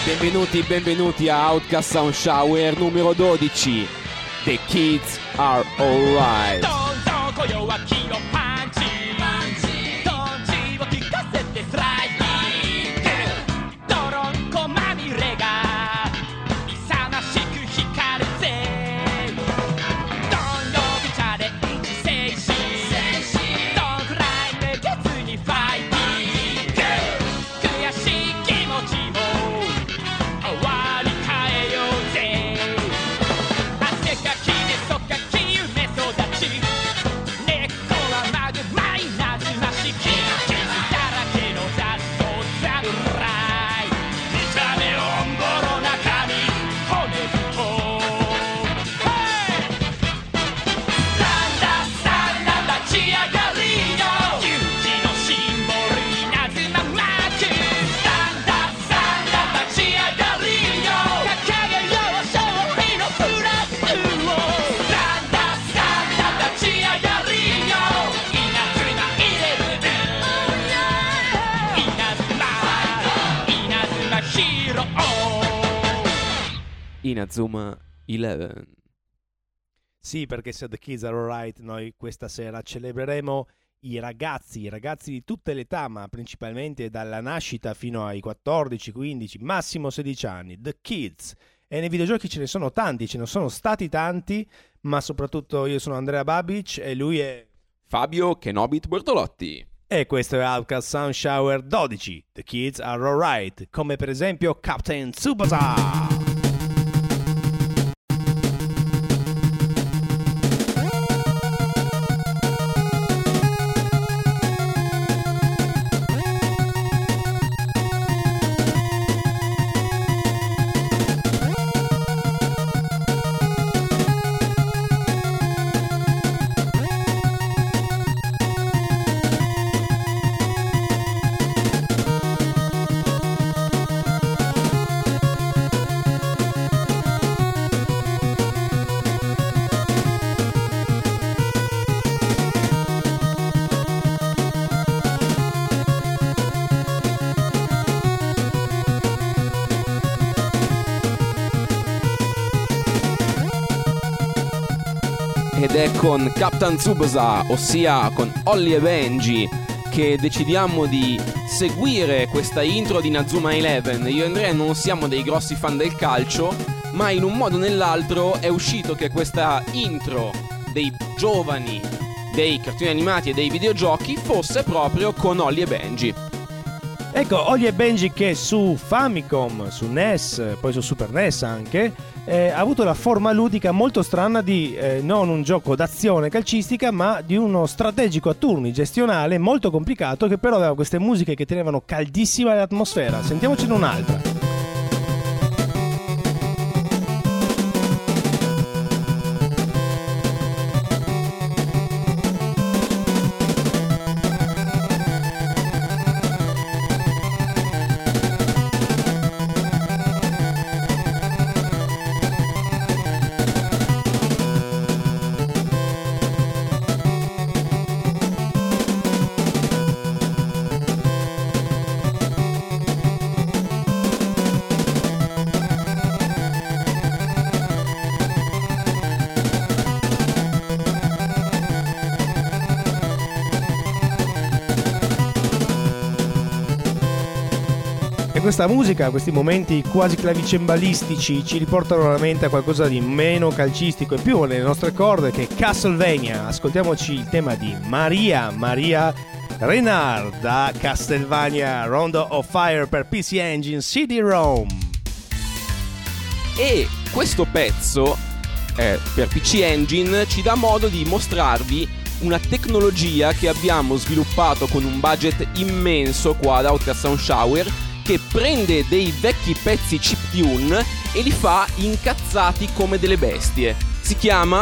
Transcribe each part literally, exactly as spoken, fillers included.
Benvenuti, benvenuti a Outcast Sound Shower numero dodici. The Kids Are Alright. Inazuma Eleven. Sì, perché se The Kids Are Alright, noi questa sera celebreremo i ragazzi, i ragazzi di tutte le età, ma principalmente dalla nascita fino ai quattordici, quindici, massimo sedici anni. The Kids. E nei videogiochi ce ne sono tanti, ce ne sono stati tanti, ma soprattutto io sono Andrea Babic e lui è Fabio Kenobit Bortolotti. E questo è Outcast Sound Shower dodici. The Kids Are Alright, come per esempio Captain Tsubasa. Ed è con Captain Tsubasa, ossia con Holly e Benji, che decidiamo di seguire questa intro di Inazuma Eleven. Io e Andrea non siamo dei grossi fan del calcio, ma in un modo o nell'altro è uscito che questa intro dei giovani, dei cartoni animati e dei videogiochi fosse proprio con Holly e Benji. Ecco, Holly e Benji che su Famicom, su N E S, poi su Super N E S anche, eh, ha avuto la forma ludica molto strana di eh, non un gioco d'azione calcistica, ma di uno strategico a turni gestionale molto complicato, che però aveva queste musiche che tenevano caldissima l'atmosfera. Sentiamocene un'altra. Questa musica, questi momenti quasi clavicembalistici ci riportano alla mente a qualcosa di meno calcistico e più nelle nostre corde, che è Castlevania. Ascoltiamoci il tema di Maria Maria Renard da Castlevania Rondo of Fire per P C Engine C D-ROM. E questo pezzo eh, per P C Engine ci dà modo di mostrarvi una tecnologia che abbiamo sviluppato con un budget immenso qua ad Outcast Sound Shower, che prende dei vecchi pezzi chiptune e li fa incazzati come delle bestie. Si chiama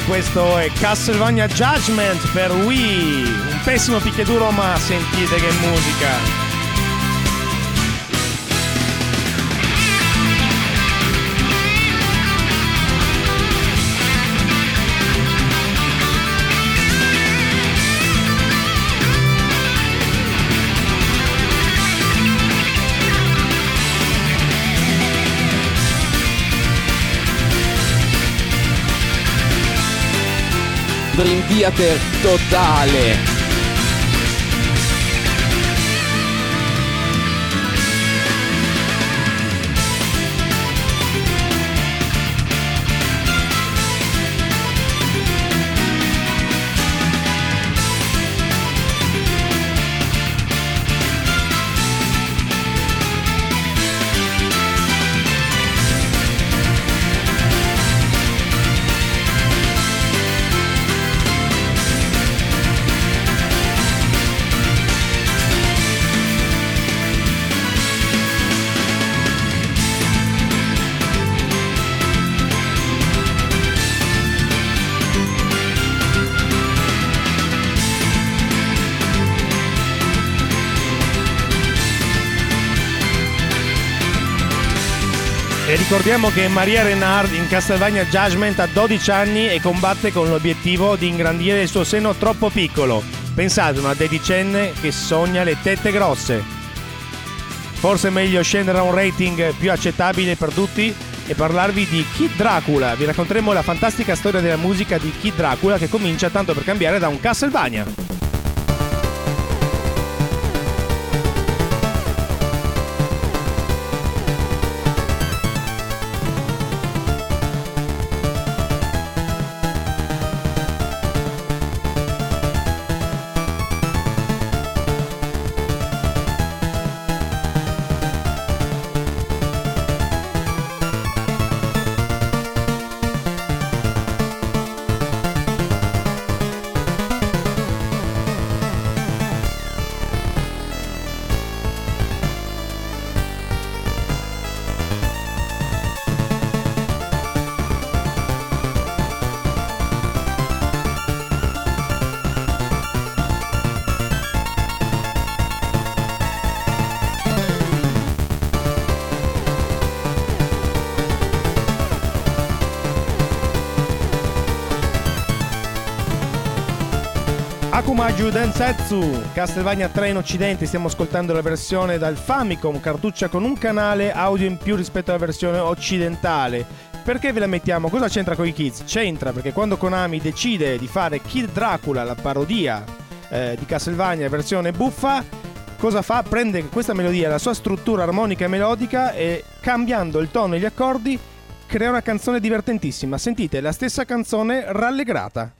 questo è Castlevania Judgment per Wii. Un pessimo picchiaduro, ma sentite che musica. Dream Theater totale. E ricordiamo che Maria Renard in Castlevania Judgment ha dodici anni e combatte con l'obiettivo di ingrandire il suo seno troppo piccolo. Pensate, una tredicenne che sogna le tette grosse. Forse è meglio scendere a un rating più accettabile per tutti e parlarvi di Kid Dracula. Vi racconteremo la fantastica storia della musica di Kid Dracula, che comincia, tanto per cambiare, da un Castlevania. Akumaju Densetsu, Castlevania tre in occidente. Stiamo ascoltando la versione dal Famicom, cartuccia con un canale audio in più rispetto alla versione occidentale. Perché ve la mettiamo? Cosa c'entra con i kids? C'entra perché quando Konami decide di fare Kid Dracula, la parodia eh, di Castlevania versione buffa, cosa fa? Prende questa melodia, la sua struttura armonica e melodica, e cambiando il tono e gli accordi crea una canzone divertentissima. Sentite, la stessa canzone rallegrata.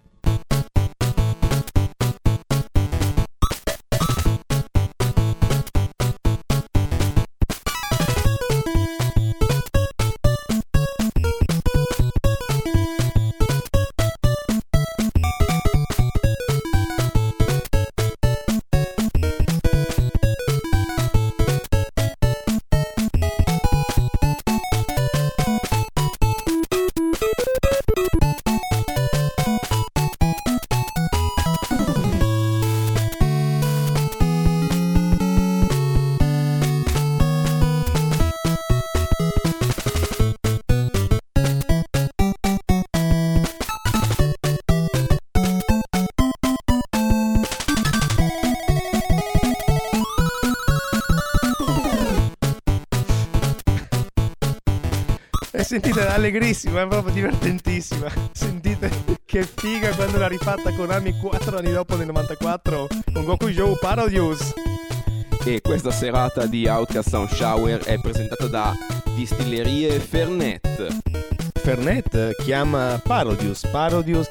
Sentite, è allegrissima, è proprio divertentissima. Sentite che figa quando l'ha rifatta Konami quattro anni dopo, nel novantaquattro, con Goku Joe Parodius. E questa serata di Outcast Sound Shower è presentata da Distillerie Fernet. Fernet chiama Parodius. Parodius...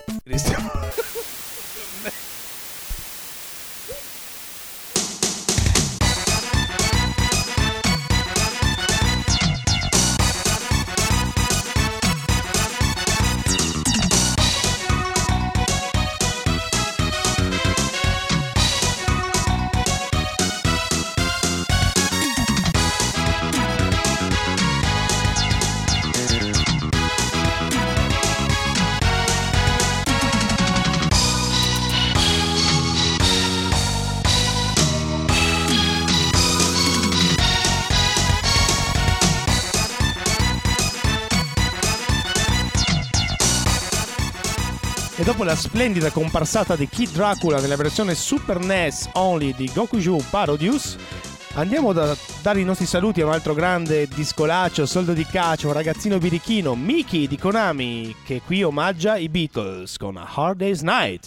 E dopo la splendida comparsata di Kid Dracula nella versione Super N E S Only di Gokuju Parodius, andiamo a dare i nostri saluti a un altro grande discolaccio, soldo di cacio, un ragazzino birichino, Miki di Konami, che qui omaggia i Beatles con A Hard Day's Night.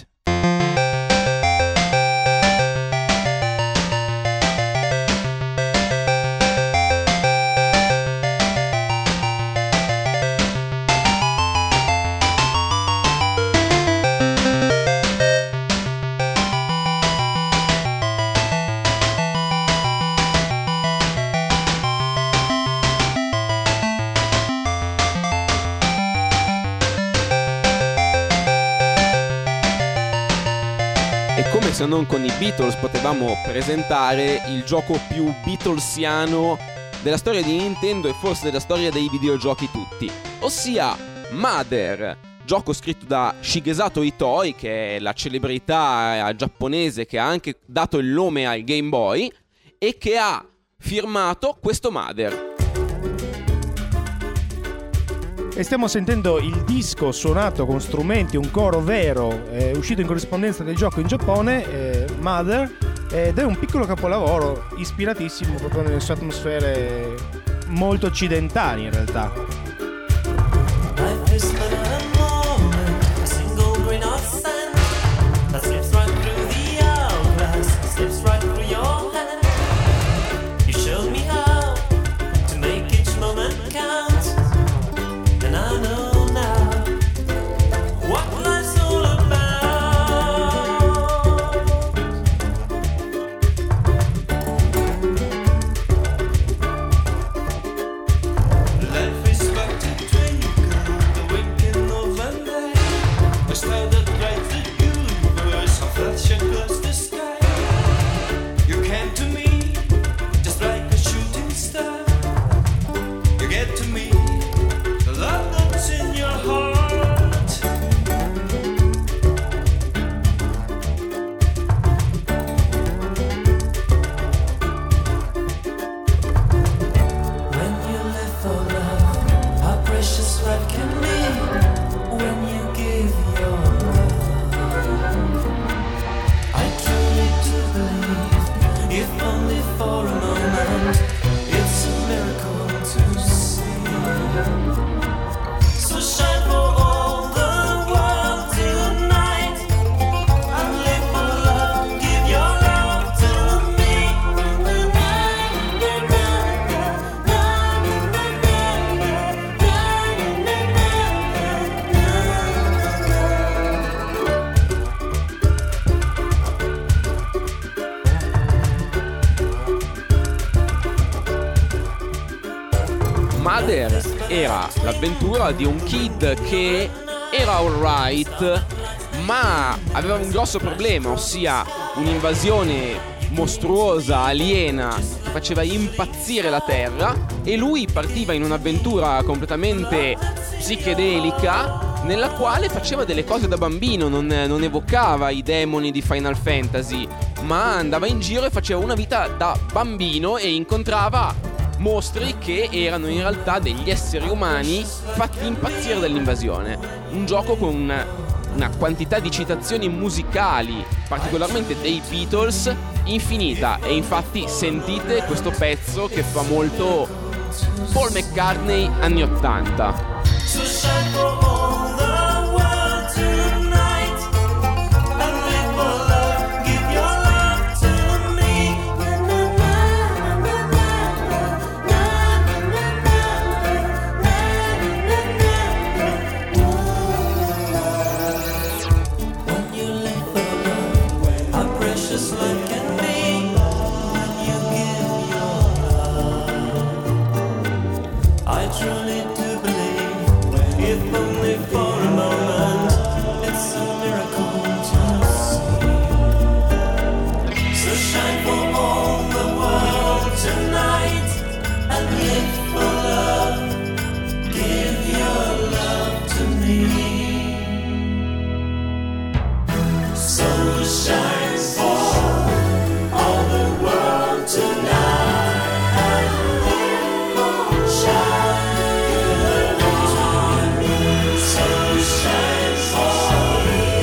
Se non con i Beatles potevamo presentare il gioco più Beatlesiano della storia di Nintendo e forse della storia dei videogiochi tutti, ossia Mother, gioco scritto da Shigesato Itoi, che è la celebrità giapponese che ha anche dato il nome al Game Boy e che ha firmato questo Mother. E stiamo sentendo il disco suonato con strumenti, un coro vero, eh, uscito in corrispondenza del gioco in Giappone, eh, Mother, ed è un piccolo capolavoro ispiratissimo proprio nelle sue atmosfere molto occidentali in realtà. Era l'avventura di un kid che era alright, ma aveva un grosso problema, ossia un'invasione mostruosa, aliena, che faceva impazzire la Terra, e lui partiva in un'avventura completamente psichedelica nella quale faceva delle cose da bambino, non, non evocava i demoni di Final Fantasy, ma andava in giro e faceva una vita da bambino e incontrava mostri che erano in realtà degli esseri umani fatti impazzire dall'invasione. Un gioco con una, una quantità di citazioni musicali, particolarmente dei Beatles, infinita. E infatti sentite questo pezzo che fa molto Paul McCartney anni ottanta. Shine for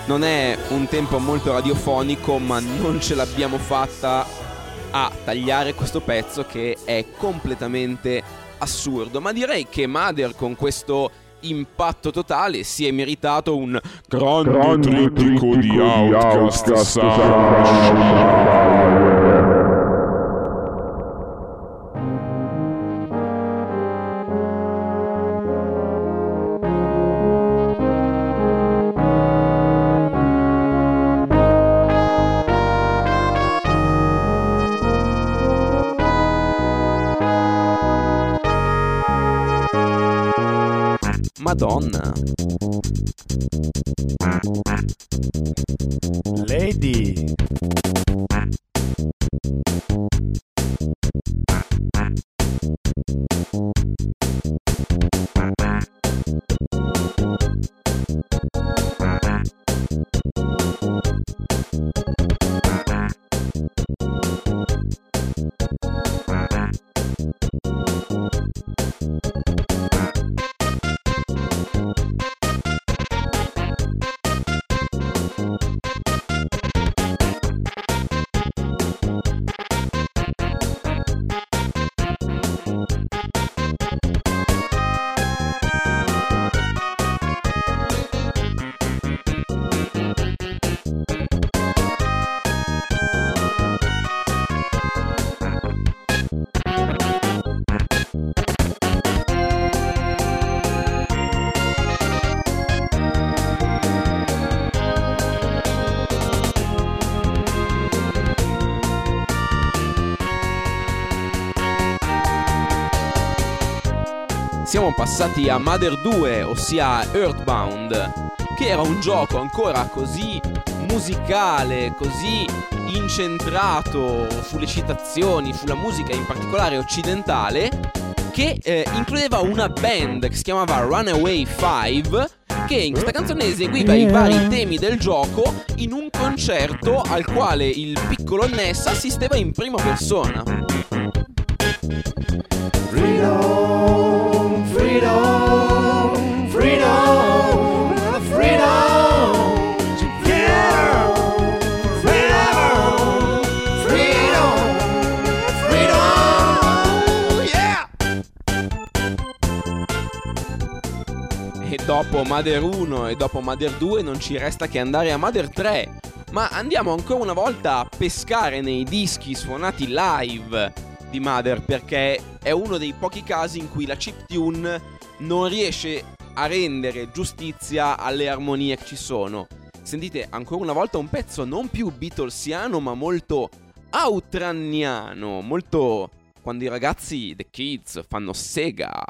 Non è un tempo molto radiofonico, ma non ce l'abbiamo fatta a tagliare questo pezzo che è completamente assurdo. Ma direi che Mother con questo impatto totale si è meritato un grande, grande trittico di Outcast Sound. Madonna. Lady. Siamo passati a Mother due, ossia Earthbound, che era un gioco ancora così musicale, così incentrato sulle citazioni, sulla musica in particolare occidentale, che eh, includeva una band che si chiamava Runaway Five, che in questa canzone eseguiva i vari temi del gioco in un concerto al quale il piccolo Ness assisteva in prima persona. Freedom, freedom, freedom, freedom, together, forever, freedom, freedom, yeah! E dopo Mother uno e dopo Mother due non ci resta che andare a Mother tre. Ma andiamo ancora una volta a pescare nei dischi suonati live di Mother, perché è uno dei pochi casi in cui la chiptune non riesce a rendere giustizia alle armonie che ci sono. Sentite ancora una volta un pezzo non più beatlesiano ma molto outrunniano, molto quando i ragazzi, the kids, fanno sega.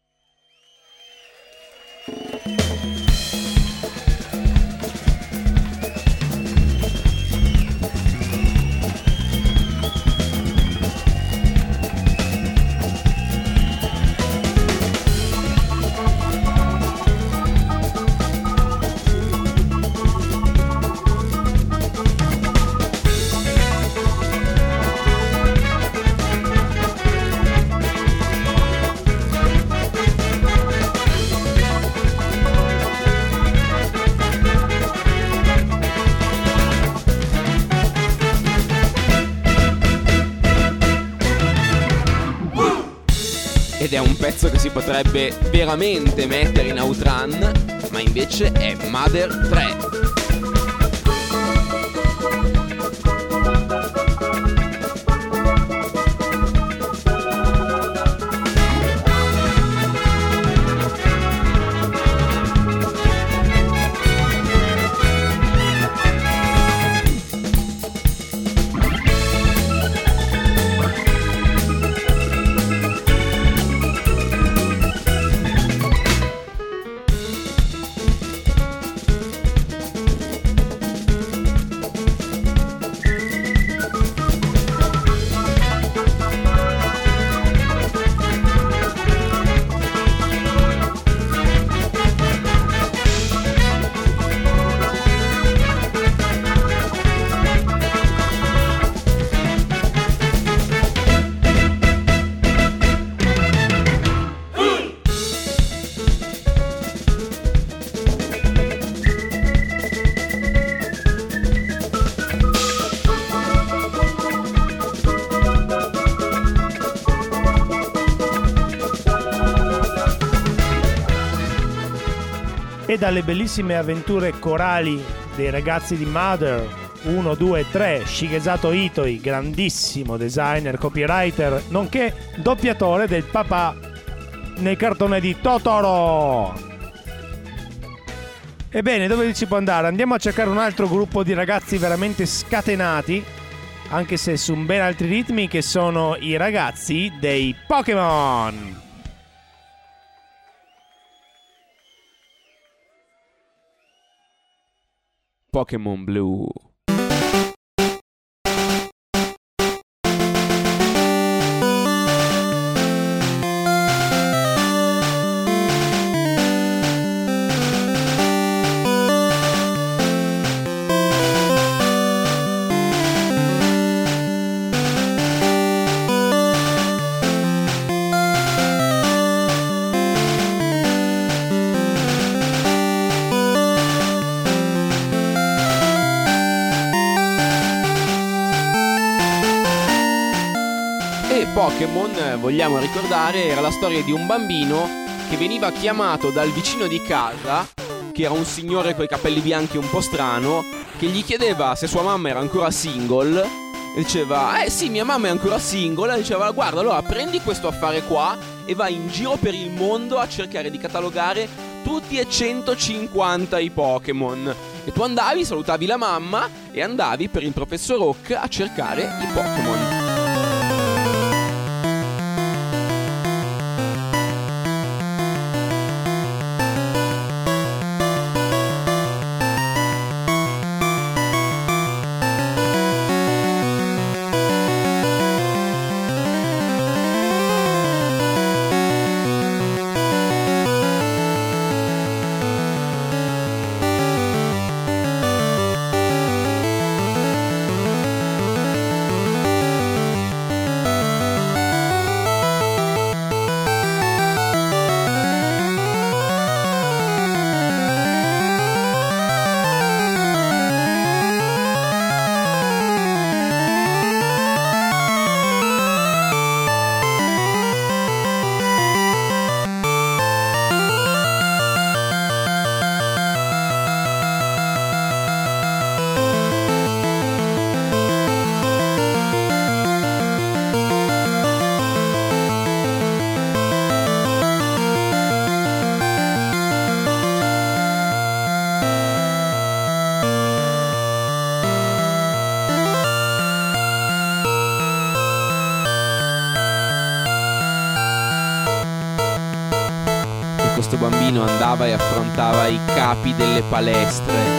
Ed è un pezzo che si potrebbe veramente mettere in outrun, ma invece è Mother tre. e dalle bellissime avventure corali dei ragazzi di Mother uno, due e tre, Shigesato Itoi, grandissimo designer, copywriter, nonché doppiatore del papà nel cartone di Totoro. Ebbene, dove si può andare? Andiamo a cercare un altro gruppo di ragazzi veramente scatenati, anche se su ben altri ritmi, che sono i ragazzi dei Pokémon. Pokémon Blue. Pokémon, vogliamo ricordare, era la storia di un bambino che veniva chiamato dal vicino di casa, che era un signore coi capelli bianchi un po' strano, che gli chiedeva se sua mamma era ancora single, e diceva eh sì, mia mamma è ancora single, e diceva guarda, allora prendi questo affare qua e vai in giro per il mondo a cercare di catalogare tutti e centocinquanta i Pokémon. E tu andavi, salutavi la mamma e andavi per il professor Oak a cercare i Pokémon. Questo bambino andava e affrontava i capi delle palestre.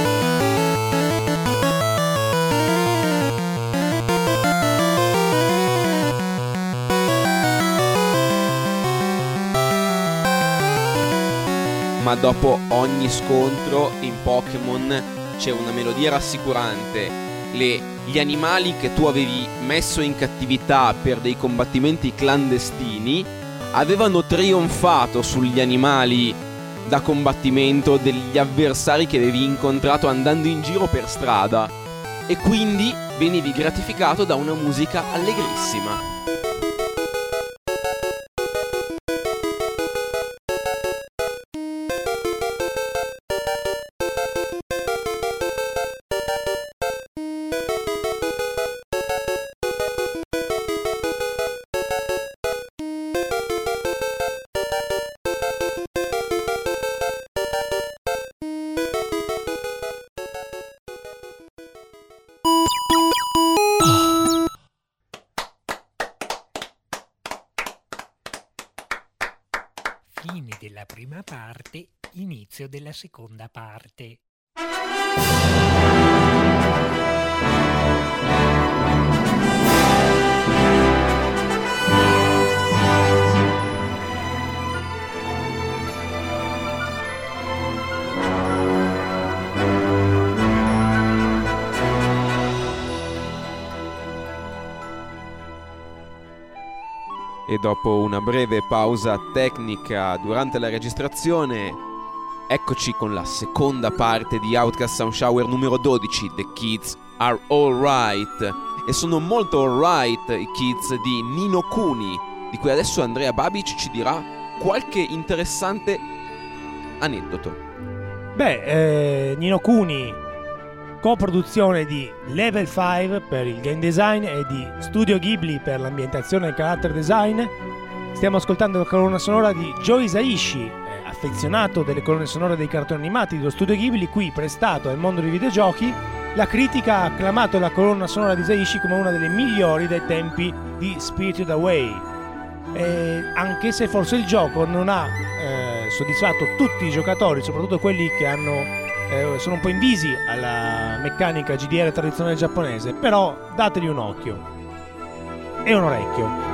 Ma dopo ogni scontro in Pokémon c'è una melodia rassicurante. Le, gli animali che tu avevi messo in cattività per dei combattimenti clandestini avevano trionfato sugli animali da combattimento degli avversari che avevi incontrato andando in giro per strada, e quindi venivi gratificato da una musica allegrissima. Fine della prima parte, inizio della seconda parte. E dopo una breve pausa tecnica durante la registrazione, eccoci con la seconda parte di Outcast Sound Shower numero dodici, The Kids Are Alright. E sono molto alright i kids di Ni no Kuni, di cui adesso Andrea Babic ci dirà qualche interessante aneddoto. Beh, eh, Ni no Kuni, coproduzione di Level cinque per il game design e di Studio Ghibli per l'ambientazione e il character design. Stiamo ascoltando la colonna sonora di Joe Hisaishi, eh, affezionato delle colonne sonore dei cartoni animati dello Studio Ghibli, qui prestato al mondo dei videogiochi. La critica ha acclamato la colonna sonora di Hisaishi come una delle migliori dai tempi di Spirited Away. Eh, anche se forse il gioco non ha eh, soddisfatto tutti i giocatori, soprattutto quelli che hanno, eh, sono un po' invisi alla meccanica G D R tradizionale giapponese, però dategli un occhio e un orecchio.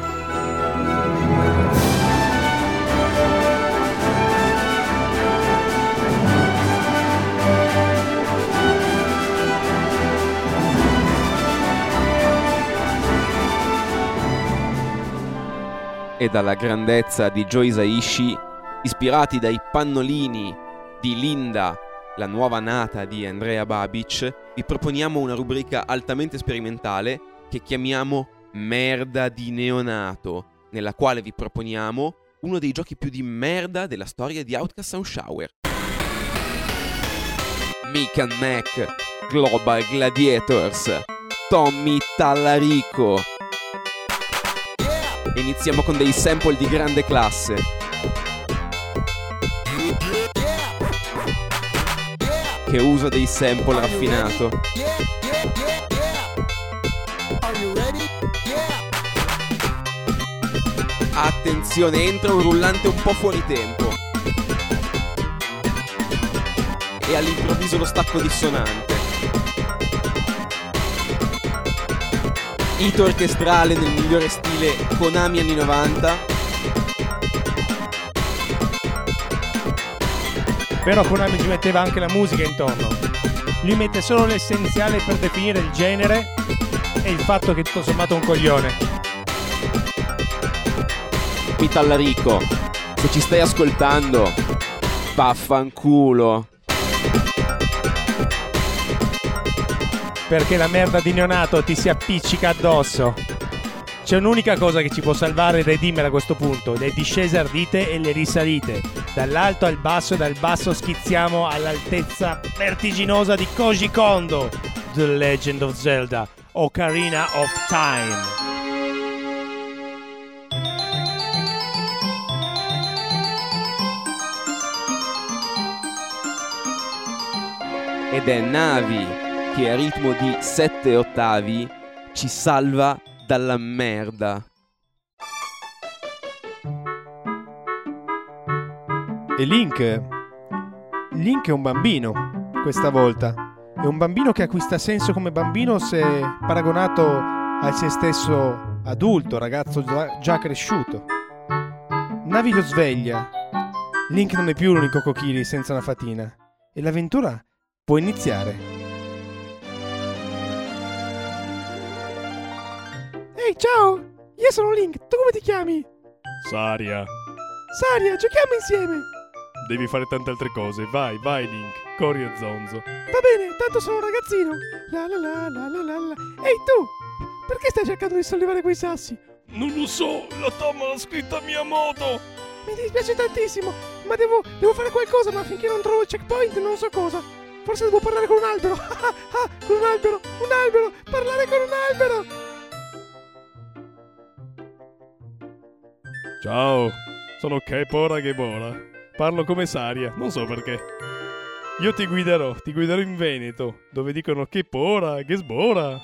E dalla grandezza di Joe Hisaishi, ispirati dai pannolini di Linda, la nuova nata di Andrea Babic, vi proponiamo una rubrica altamente sperimentale che chiamiamo Merda di Neonato, nella quale vi proponiamo uno dei giochi più di merda della storia di Outcast Sound Shower. Mick and Mac, Global Gladiators, Tommy Tallarico. Iniziamo con dei sample di grande classe. Che uso dei sample raffinato. Attenzione, entra un rullante un po' fuori tempo. E all'improvviso lo stacco dissonante. Hit orchestrale nel migliore stile Konami anni novanta. Però Konami ci metteva anche la musica intorno. Lui mette solo l'essenziale per definire il genere e il fatto che tutto sommato è un coglione. Tallarico, se ci stai ascoltando, vaffanculo. Perché la merda di neonato ti si appiccica addosso. C'è un'unica cosa che ci può salvare e redimere a questo punto: le discese ardite e le risalite. Dall'alto al basso e dal basso schizziamo all'altezza vertiginosa di Koji Kondo, The Legend of Zelda, Ocarina of Time. Ed è Navi che a ritmo di sette ottavi ci salva dalla merda. E Link? Link è un bambino, questa volta. È un bambino che acquista senso come bambino se paragonato a se stesso adulto, ragazzo già, già cresciuto. Navi lo sveglia. Link non è più l'unico Kokiri senza una fatina. E l'avventura può iniziare. Ehi, ciao! Io sono Link, tu come ti chiami? Saria, Saria, giochiamo insieme! devi fare tante altre cose. Vai, vai Link, corri a zonzo. Va bene, tanto sono un ragazzino. La la la la la la la. Ehi tu, perché stai cercando di sollevare quei sassi? Non lo so, la Tama l'ha scritta a Miyamoto. Mi dispiace tantissimo, ma devo, devo fare qualcosa, ma finché non trovo il checkpoint non so cosa. Forse devo parlare con un albero. Ah, con un albero, un albero, parlare con un albero. Ciao, sono Kepora Gebora. Parlo come Saria, non so perché. Io ti guiderò, ti guiderò in Veneto, dove dicono Kepora, che sbora.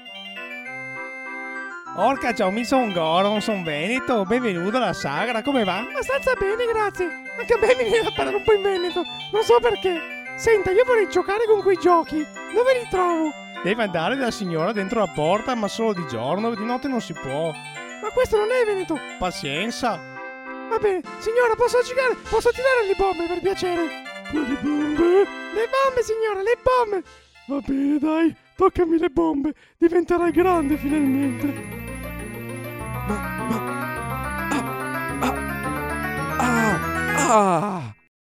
Orca, ciao, mi son Goron, son Veneto, benvenuto alla sagra, come va? Abbastanza bene, grazie. Anche a me mi viene a parlare un po' in Veneto, non so perché. Senta, io vorrei giocare con quei giochi, dove li trovo? Devi andare dalla signora dentro la porta, ma solo di giorno, di notte non si può. Ma questo non è Veneto, pazienza. Va bene, signora, posso giocare? Posso tirare le bombe, per piacere? Quali bombe? Le bombe, signora, le bombe! Va bene, dai, toccami le bombe, diventerai grande finalmente. Ah! Ah!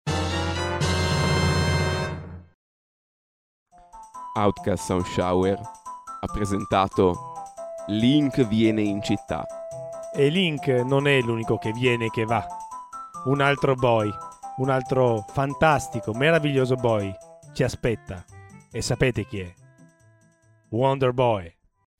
Outcast Sound Shower ha presentato Link viene in città. E Link non è l'unico che viene e che va. Un altro boy, un altro fantastico, meraviglioso boy ci aspetta. E sapete chi è? Wonder Boy.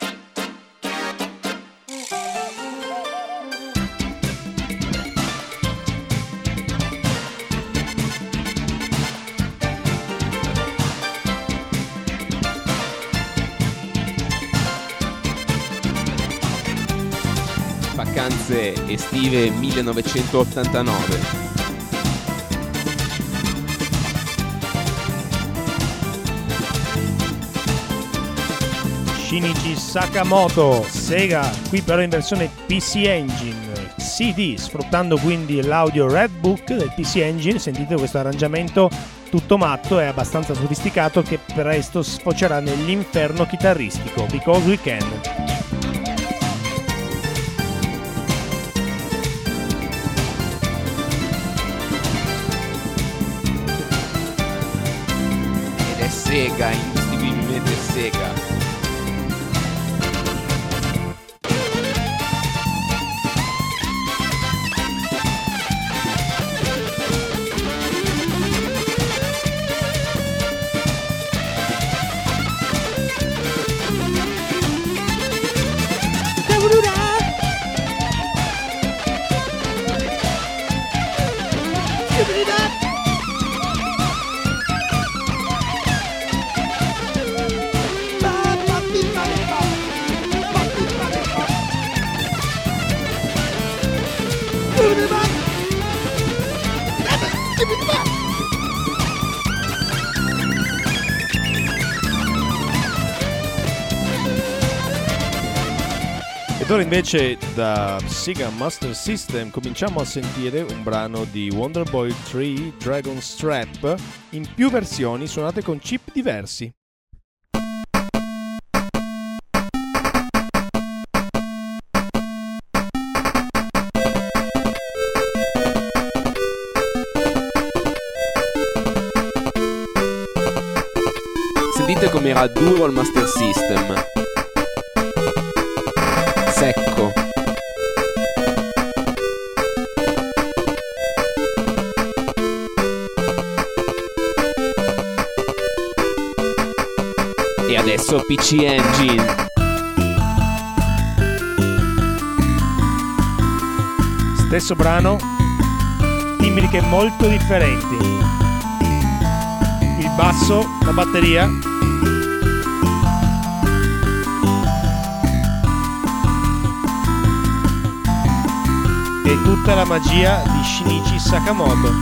Vacanze estive millenovecentottantanove. Shinichi Sakamoto, Sega, qui però in versione P C Engine C D, sfruttando quindi l'audio Red Book del P C Engine. Sentite questo arrangiamento tutto matto e abbastanza sofisticato che presto sfocerà nell'inferno chitarristico, Because We Can. Ed è Sega, indistinguibilmente Sega. Ed ora invece da Sega Master System cominciamo a sentire un brano di Wonder Boy tre Dragon's Trap in più versioni suonate con chip diversi. Sentite com'era duro il Master System. Secco. E adesso P C Engine. Stesso brano, timbriche molto differenti. Il basso, la batteria. E tutta la magia di Shinichi Sakamoto.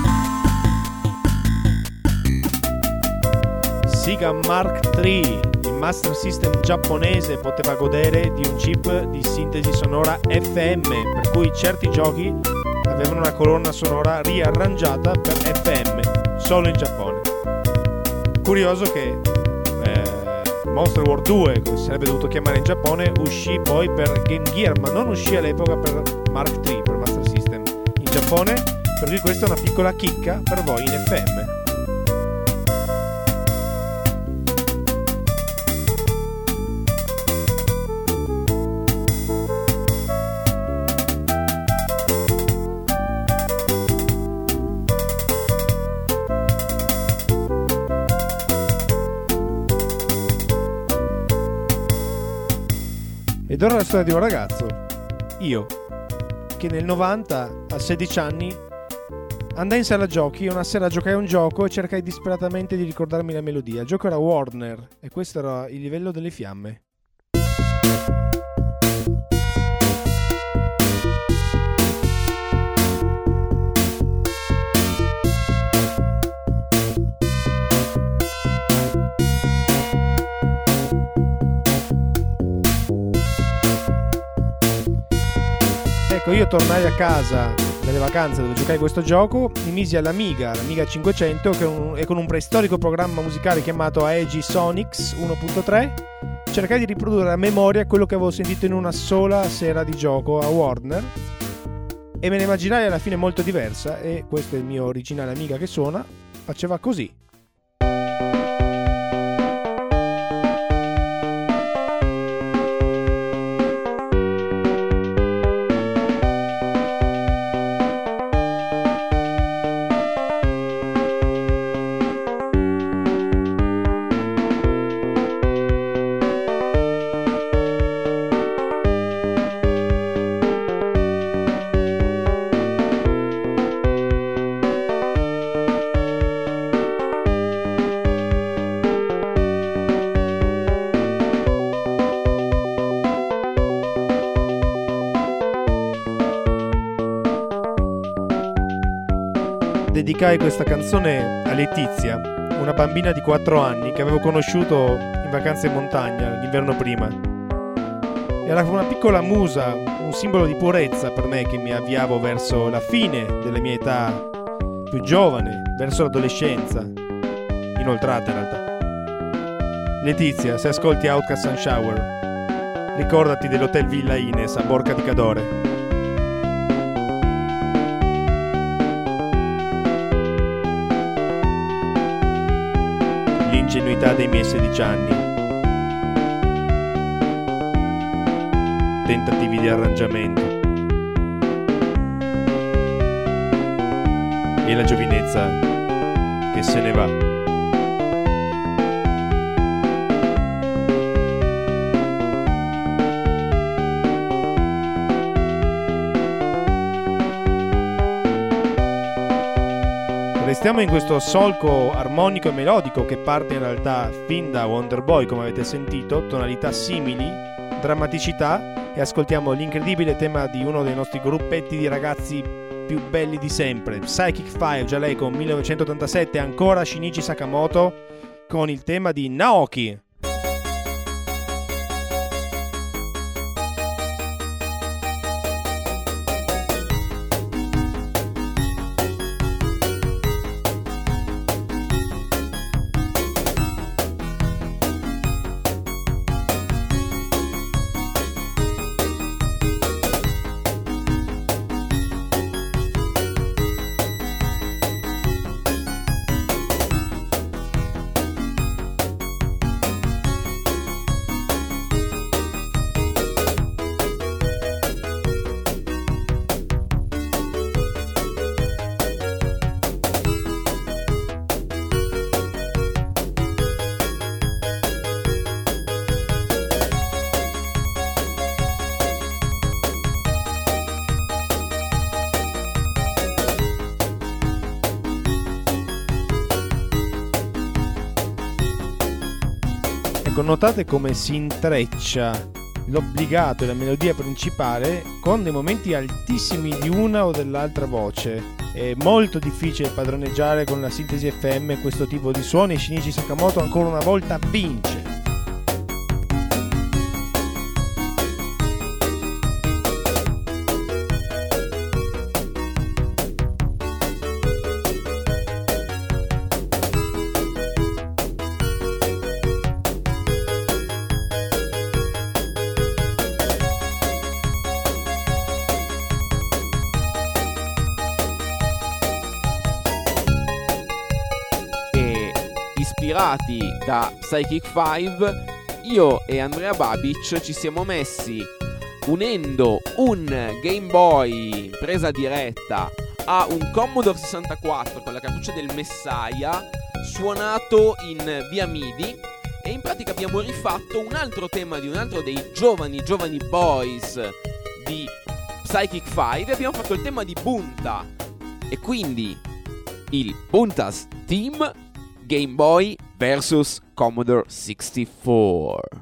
Sega Mark tre, il Master System giapponese, poteva godere di un chip di sintesi sonora F M, per cui certi giochi avevano una colonna sonora riarrangiata per F M, solo in Giappone. Curioso che eh, Monster War due, come si sarebbe dovuto chiamare in Giappone, uscì poi per Game Gear, ma non uscì all'epoca per Mark tre, per Master System in Giappone, per cui questa è una piccola chicca per voi in F M. Ed ora la storia di un ragazzo, io, che nel novanta, a sedici anni, andai in sala giochi e una sera giocai a un gioco e cercai disperatamente di ricordarmi la melodia. Il gioco era Warner e questo era il livello delle fiamme. Ecco, io tornai a casa dalle vacanze dove giocai questo gioco, mi misi all'Amiga, l'Amiga cinquecento, che è un, e con un preistorico programma musicale chiamato Aegi Sonics uno punto tre cercai di riprodurre a memoria quello che avevo sentito in una sola sera di gioco a Warner e me ne immaginai alla fine molto diversa, e questo è il mio originale Amiga che suona, faceva così. dedicai questa canzone a Letizia, una bambina di quattro anni che avevo conosciuto in vacanza in montagna l'inverno prima. Era una piccola musa, un simbolo di purezza per me che mi avviavo verso la fine della mia età più giovane, verso l'adolescenza, inoltrata in realtà. Letizia, se ascolti Outcast Sunshower, ricordati dell'Hotel Villa Ines a Borca di Cadore. L'ingenuità dei miei sedici anni, tentativi di arrangiamento e la giovinezza che se ne va. Restiamo in questo solco armonico e melodico che parte in realtà fin da Wonderboy, come avete sentito, tonalità simili, drammaticità, e ascoltiamo l'incredibile tema di uno dei nostri gruppetti di ragazzi più belli di sempre, Psychic Five, già lei con millenovecentottantasette, ancora Shinichi Sakamoto con il tema di Naoki. Notate come si intreccia l'obbligato e la melodia principale con dei momenti altissimi di una o dell'altra voce. È molto difficile padroneggiare con la sintesi F M questo tipo di suoni e Shinichi Sakamoto ancora una volta vince. Ispirati da Psychic Five, io e Andrea Babic ci siamo messi unendo un Game Boy presa diretta a un Commodore sessantaquattro con la cartuccia del Messiah suonato in via MIDI, e in pratica abbiamo rifatto un altro tema di un altro dei giovani giovani boys di Psychic Five e abbiamo fatto il tema di Bunta, e quindi il Bunta's Team Game Boy versus Commodore sessantaquattro.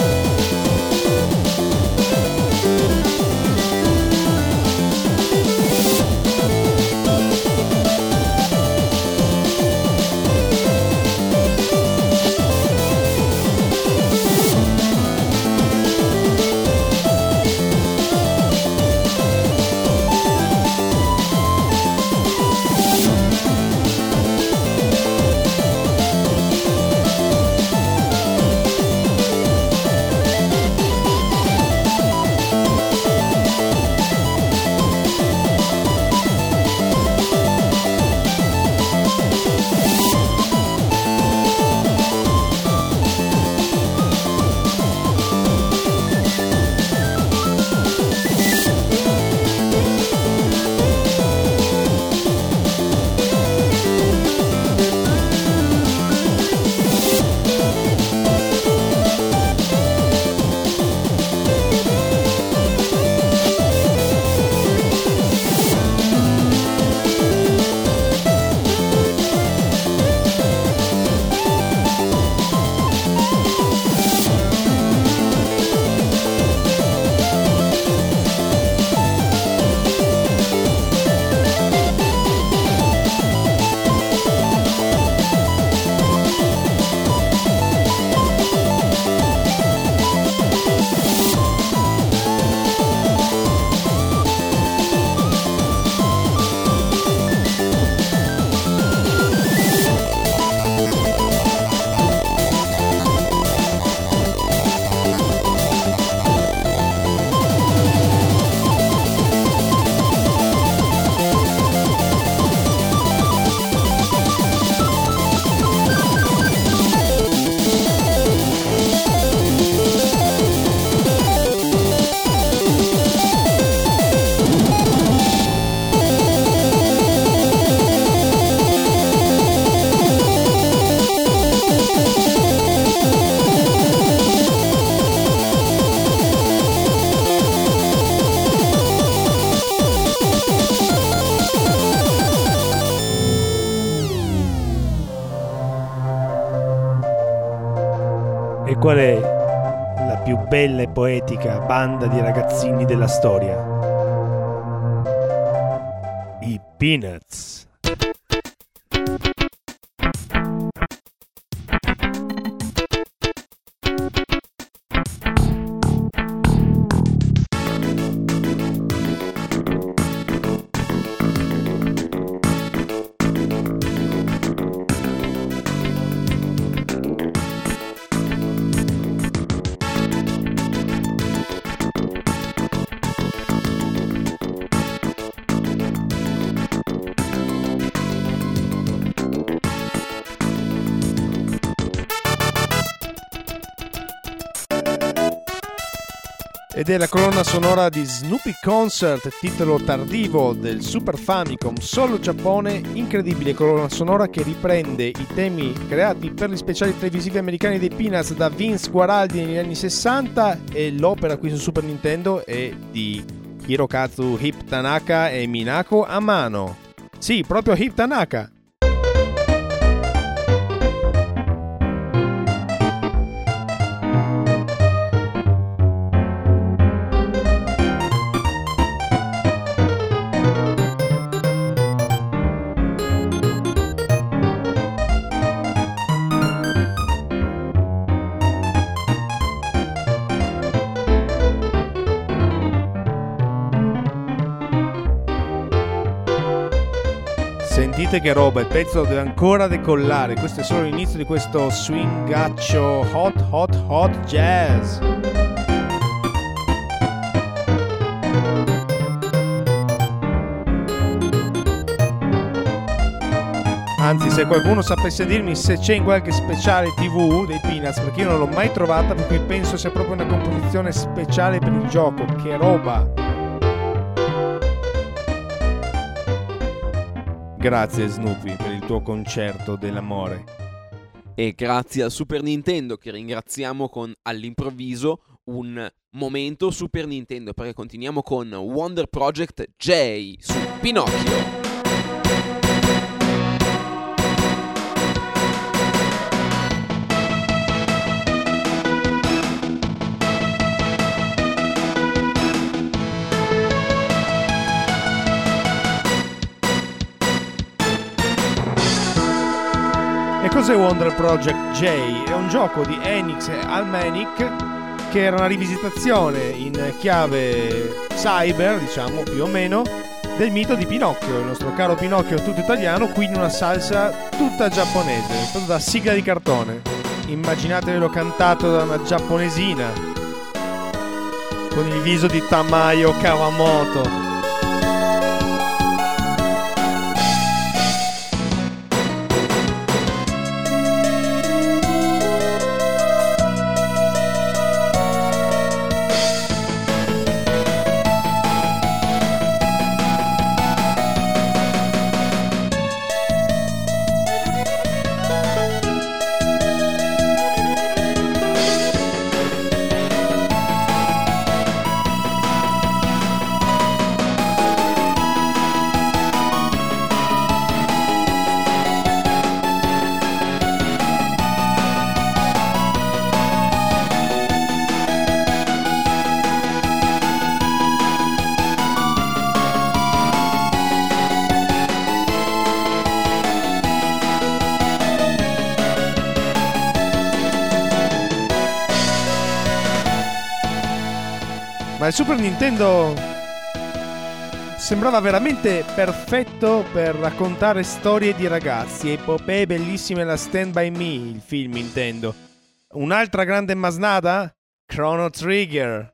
Yeah. qual è la più bella e poetica banda di ragazzini della storia? I Peanuts. Ed è la colonna sonora di Snoopy Concert, titolo tardivo del Super Famicom solo Giappone, incredibile colonna sonora che riprende i temi creati per gli speciali televisivi americani dei Peanuts da Vince Guaraldi negli anni sessanta, e l'opera qui su Super Nintendo è di Hirokazu Hip Tanaka e Minako Amano. Sì, proprio Hip Tanaka. Sentite che roba, il pezzo deve ancora decollare. Questo è solo l'inizio di questo swingaccio hot hot hot jazz. Anzi, se qualcuno sapesse dirmi se c'è in qualche speciale tivù dei Peanuts, perché io non l'ho mai trovata, per cui penso sia proprio una composizione speciale per il gioco. Che roba! Grazie Snoopy per il tuo concerto dell'amore. E grazie al Super Nintendo, che ringraziamo con all'improvviso un momento Super Nintendo, perché continuiamo con Wonder Project J su Pinocchio. E cos'è Wonder Project J? È un gioco di Enix e Almanic che era una rivisitazione in chiave cyber, diciamo più o meno, del mito di Pinocchio, il nostro caro Pinocchio tutto italiano, qui in una salsa tutta giapponese, proprio da sigla di cartone. Immaginatevelo cantato da una giapponesina con il viso di Tamayo Kawamoto. Ma il Super Nintendo sembrava veramente perfetto per raccontare storie di ragazzi, epopee bellissime alla Stand By Me, il film intendo. Un'altra grande masnada? Chrono Trigger.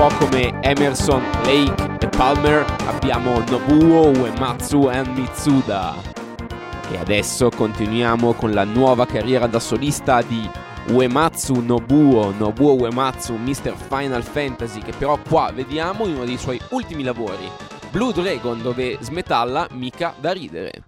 po' come Emerson, Lake e Palmer abbiamo Nobuo Uematsu e Mitsuda. E adesso continuiamo con la nuova carriera da solista di Uematsu Nobuo, Nobuo Uematsu, mister Final Fantasy, che però qua vediamo in uno dei suoi ultimi lavori, Blue Dragon, dove smetalla mica da ridere.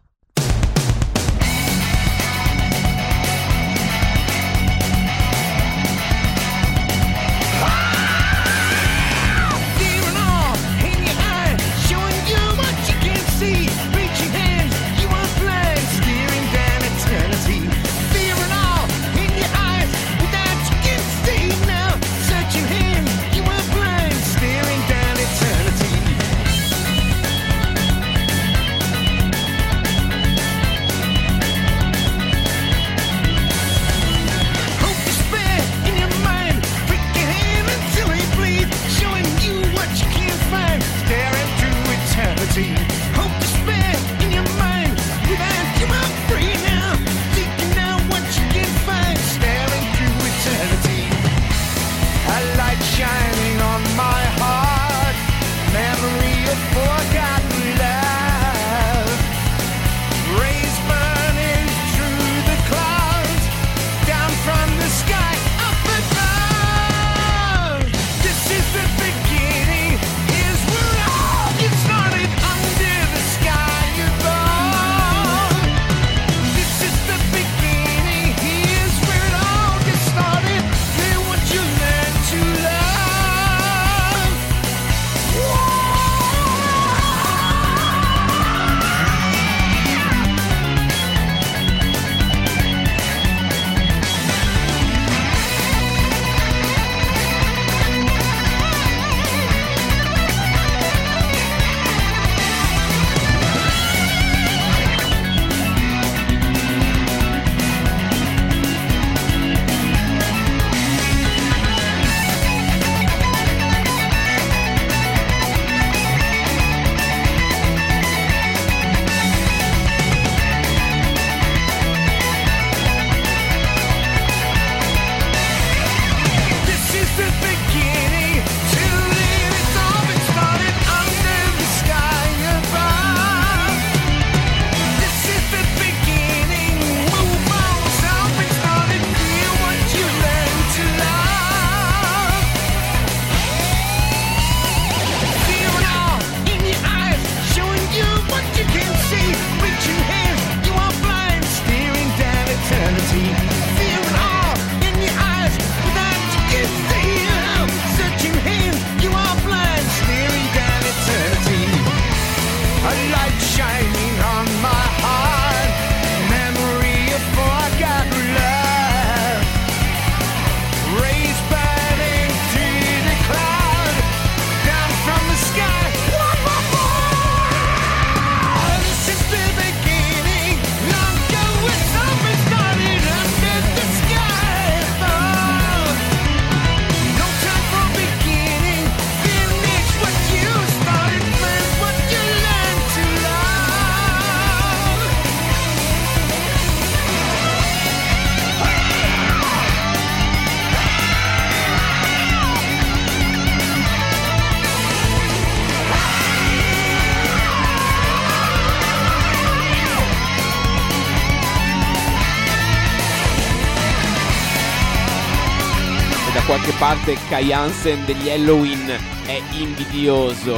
Qualche parte Kai Hansen degli Halloween è invidioso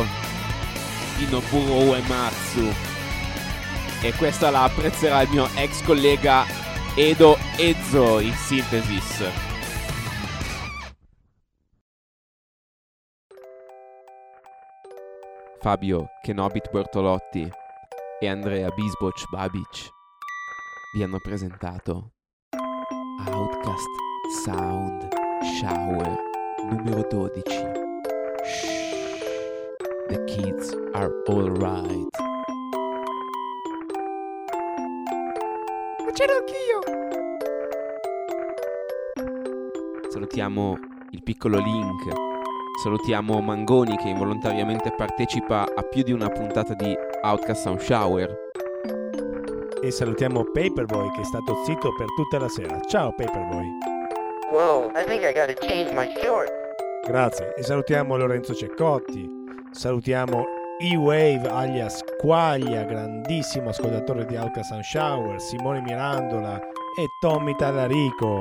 di Nobuo Uematsu, e questa la apprezzerà il mio ex collega Edo Ezzo in Synthesis. Fabio Kenobit Bortolotti e Andrea Bisboc Babic vi hanno presentato Outcast Sound Shower numero dodici. Shh, the kids are all right. Ma c'ero anch'io. Salutiamo il piccolo Link. Salutiamo Mangoni, che involontariamente partecipa a più di una puntata di Outcast Sound Shower. E salutiamo Paperboy, che è stato zitto per tutta la sera. Ciao Paperboy. Whoa, I think I gotta change my short. Grazie. E salutiamo Lorenzo Ceccotti, salutiamo E-Wave alias Quaglia, grandissimo ascoltatore di Outcast and Shower, Simone Mirandola e Tommy Tallarico.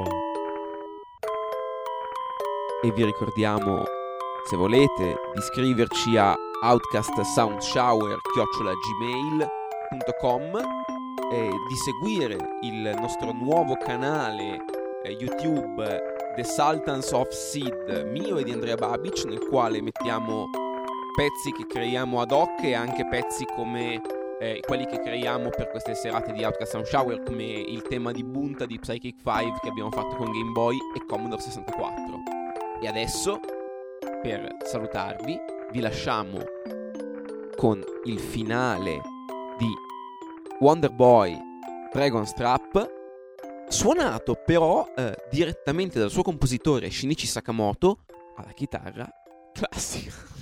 E vi ricordiamo, se volete, di iscriverci a outcastsoundshower chiocciola gmail punto com e di seguire il nostro nuovo canale eh, YouTube The Sultans of Sid, mio e di Andrea Babic, nel quale mettiamo pezzi che creiamo ad hoc e anche pezzi come eh, quelli che creiamo per queste serate di Outcast Sound Shower, come il tema di Bunta di Psychic cinque che abbiamo fatto con Game Boy e Commodore sessantaquattro. E adesso, per salutarvi, vi lasciamo con il finale di Wonder Boy Dragon's Trap, suonato però eh, direttamente dal suo compositore Shinichi Sakamoto alla chitarra classica.